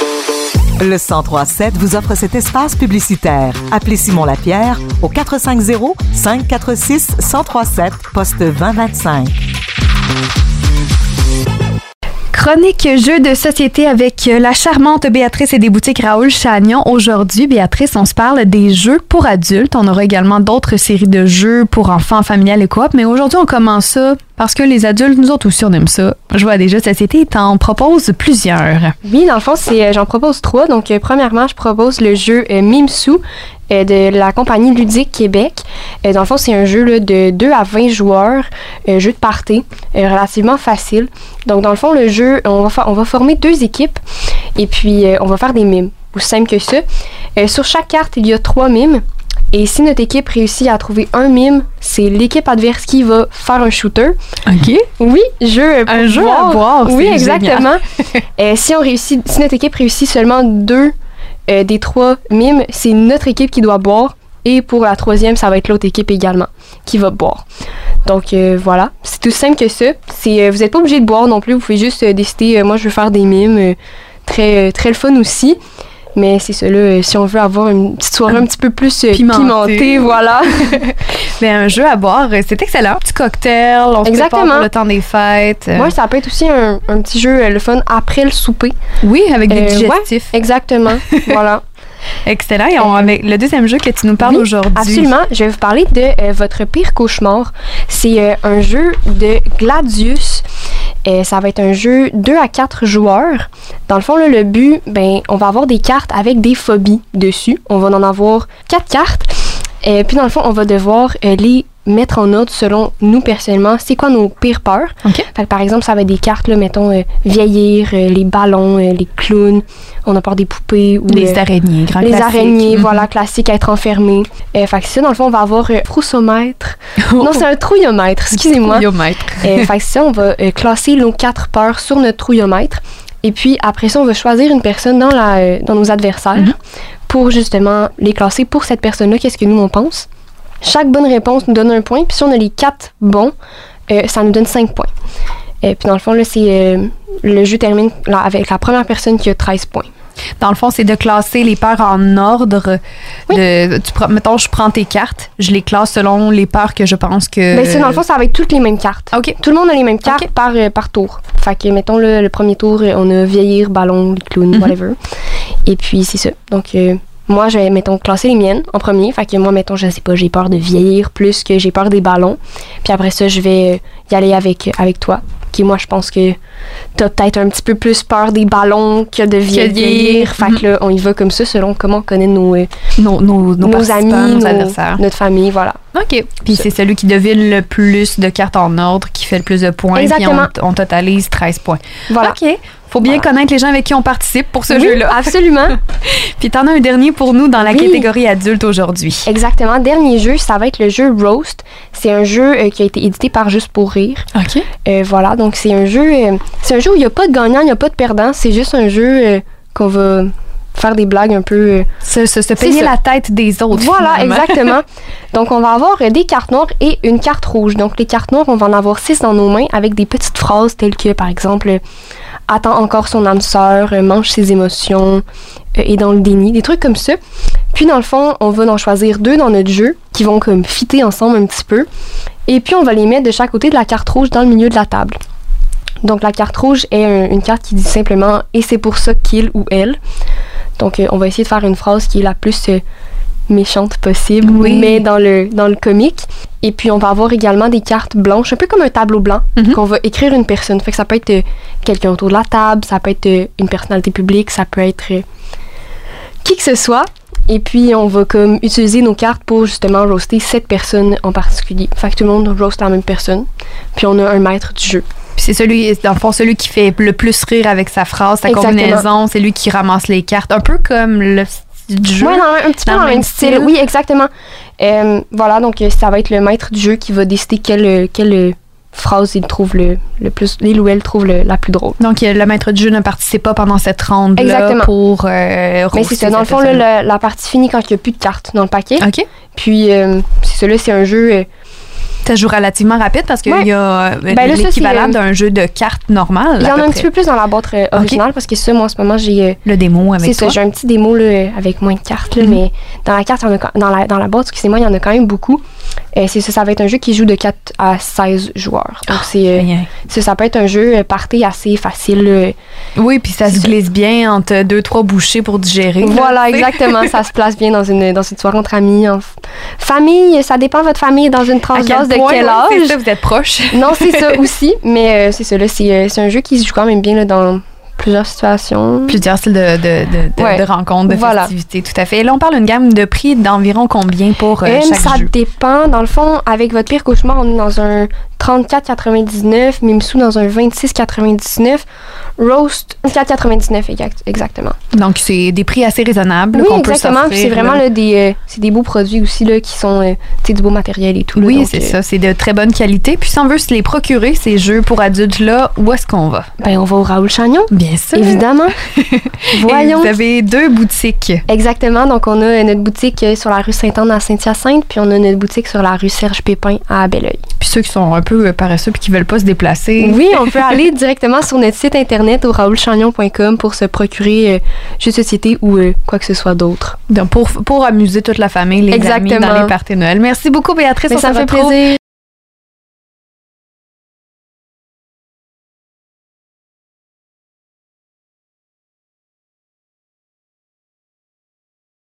Le 103.7 vous offre cet espace publicitaire. Appelez Simon Lapierre au 450-546-1037, poste 2025. Chronique jeux de société avec la charmante Béatrice et des boutiques Raoul Chagnon. Aujourd'hui, Béatrice, on se parle des jeux pour adultes. On aura également d'autres séries de jeux pour enfants, familiales et coop. Mais aujourd'hui, on commence ça parce que les adultes, nous autres aussi, on aime ça. Jouer à des jeux de société et t'en proposes plusieurs. Oui, dans le fond, j'en propose 3. Donc, premièrement, je propose le jeu Mimsou de la compagnie Ludique Québec. Dans le fond, c'est un jeu là, de 2 à 20 joueurs, jeu de party, relativement facile. Donc, dans le fond, le jeu, on va former 2 équipes et puis on va faire des mimes. Aussi simple que ça. Sur chaque carte, il y a 3 mimes. Et si notre équipe réussit à trouver un mime, c'est l'équipe adverse qui va faire un shooter. OK. Oui, un jeu à boire. Oui, exactement. Si notre équipe réussit seulement 2 des 3 mimes, c'est notre équipe qui doit boire. Et pour la 3e, ça va être l'autre équipe également qui va boire. Donc voilà, c'est tout simple que ça. Vous n'êtes pas obligé de boire non plus, vous pouvez juste décider, moi je veux faire des mimes, très, très le fun aussi. Mais c'est ça, là, si on veut avoir une petite soirée un petit peu plus pimentée, voilà. Mais un jeu à boire, c'est excellent. Un petit cocktail, on se prépare pour le temps des fêtes. Moi, ça peut être aussi un petit jeu, le fun, après le souper. Oui, avec des digestifs. Ouais, exactement, voilà. Excellent. Et avec le deuxième jeu que tu nous parles aujourd'hui. Absolument. Je vais vous parler de votre pire cauchemar. C'est un jeu de Gladius. Ça va être un jeu 2 à 4 joueurs. Dans le fond, là, le but, on va avoir des cartes avec des phobies dessus. On va en avoir 4 cartes. Puis, dans le fond, on va devoir les mettre en ordre selon nous personnellement. C'est quoi nos pires peurs? Okay. Fait que, par exemple, ça va être des cartes, là, mettons, vieillir, les ballons, les clowns. On a peur des poupées. Ou les araignées, grand classique. Les araignées, voilà, classique, être enfermé. Fait que ça, dans le fond, on va avoir froussomètre. Non, c'est un trouillomètre, excusez-moi. Trouillomètre. Fait que ça, on va classer nos 4 peurs sur notre trouillomètre. Et puis, après ça, on va choisir une personne dans nos adversaires pour, justement, les classer pour cette personne-là. Qu'est-ce que nous, on pense? Chaque bonne réponse nous donne un point. Puis si on a les 4 bons, ça nous donne 5 points. Puis dans le fond, là, le jeu termine avec la première personne qui a 13 points. Dans le fond, c'est de classer les peurs en ordre. Oui. Mettons, je prends tes cartes, je les classe selon les peurs que je pense que... Dans le fond, ça va être toutes les mêmes cartes. OK. Tout le monde a les mêmes cartes par tour. Fait que, mettons, le premier tour, on a vieillir, ballon, clown, whatever. Et puis, c'est ça. Donc... moi, je vais, mettons, classer les miennes en premier. Fait que moi, mettons, je sais pas, j'ai peur de vieillir plus que j'ai peur des ballons. Puis après ça, je vais y aller avec toi. Qui, moi, je pense que t'as peut-être un petit peu plus peur des ballons que de vieillir. Fait que là, on y va comme ça selon comment on connaît nos amis, nos adversaires. Notre famille, voilà. OK. Puis c'est celui qui devine le plus de cartes en ordre qui fait le plus de points. Exactement. Puis on totalise 13 points. Voilà. OK. Faut bien connaître les gens avec qui on participe pour ce jeu-là. Absolument. Puis t'en as un dernier pour nous dans la catégorie adulte aujourd'hui. Exactement. Dernier jeu, ça va être le jeu Roast. C'est un jeu qui a été édité par Juste pour rire. OK. Voilà, donc c'est un jeu où il n'y a pas de gagnant, il n'y a pas de perdant. C'est juste un jeu qu'on va faire des blagues un peu... se payer la tête des autres. Voilà, finalement. exactement. Donc, on va avoir des cartes noires et une carte rouge. Donc, les cartes noires, on va en avoir 6 dans nos mains avec des petites phrases telles que, par exemple, attend encore son âme sœur, mange ses émotions, est dans le déni, des trucs comme ça. Puis, dans le fond, on va en choisir 2 dans notre jeu qui vont comme fitter ensemble un petit peu. Et puis, on va les mettre de chaque côté de la carte rouge dans le milieu de la table. Donc, la carte rouge est une carte qui dit simplement « Et c'est pour ça qu'il ou elle ». Donc, on va essayer de faire une phrase qui est la plus méchante possible, mais dans le comique. Et puis, on va avoir également des cartes blanches, un peu comme un tableau blanc, qu'on va écrire une personne. Fait que ça peut être quelqu'un autour de la table, ça peut être une personnalité publique, ça peut être qui que ce soit. Et puis, on va comme utiliser nos cartes pour justement roaster cette personne en particulier. Fait que tout le monde roast la même personne. Puis, on a un maître du jeu. Puis c'est celui qui fait le plus rire avec sa phrase, sa combinaison. C'est lui qui ramasse les cartes. Un peu comme le style du jeu. Oui, un petit peu dans le même style. Oui, exactement. Voilà, donc ça va être le maître du jeu qui va décider quelle phrase il trouve il ou elle trouve la plus drôle. Donc le maître du jeu ne participe pas pendant cette ronde-là pour mais c'est ça. Dans le fond, là, la partie finit quand il n'y a plus de cartes dans le paquet. OK. Puis c'est ça, là, c'est un jeu... Ça joue relativement rapide parce qu'il y a l'équivalent d'un jeu de cartes normal. Il y en a un petit peu plus dans la boîte originale parce que ça, moi, en ce moment, j'ai... le démo avec toi. C'est ça, j'ai un petit démo là, avec moins de cartes, là, mais dans la carte, dans la boîte, excusez-moi, il y en a quand même beaucoup. C'est ça va être un jeu qui joue de 4 à 16 joueurs. Donc, ça peut être un jeu party assez facile. Oui, puis ça se glisse bien entre 2-3 bouchées pour digérer. Voilà, exactement. Ça se place bien dans une soirée entre amis. Famille, ça dépend de votre famille, dans une tranche d'âge de quel âge. C'est ça, vous êtes proches. Non, c'est ça aussi, mais c'est ça, là, c'est un jeu qui se joue quand même bien là, dans plusieurs situations. Plusieurs styles de rencontres, de festivités, tout à fait. Et là, on parle d'une gamme de prix d'environ combien pour chaque jeu? Ça dépend. Dans le fond, avec votre pire cauchemar, on est dans un 34,99, Mimsou dans un 26,99, Roast 4,99 exactement. Donc, c'est des prix assez raisonnables qu'on peut s'offrir. Oui, exactement. C'est vraiment là, des beaux produits aussi là, qui sont du beau matériel et tout. Oui, donc, c'est ça. C'est de très bonne qualité. Puis si on veut se les procurer, ces jeux pour adultes-là, où est-ce qu'on va? Ben, on va au Raoul Chagnon. Bien sûr. Évidemment. Voyons. Et vous avez 2 boutiques. Exactement. Donc, on a notre boutique sur la rue Sainte-Anne à Saint-Hyacinthe, puis on a notre boutique sur la rue Serge Pépin à Belleuil. Puis ceux qui sont un peu paresseux puis qui veulent pas se déplacer. Oui, on peut aller directement sur notre site internet au raoulchagnon.com pour se procurer jeux de société ou quoi que ce soit d'autre. Donc pour amuser toute la famille, les amis dans les parties de Noël. Merci beaucoup, Béatrice. Ça me fait plaisir.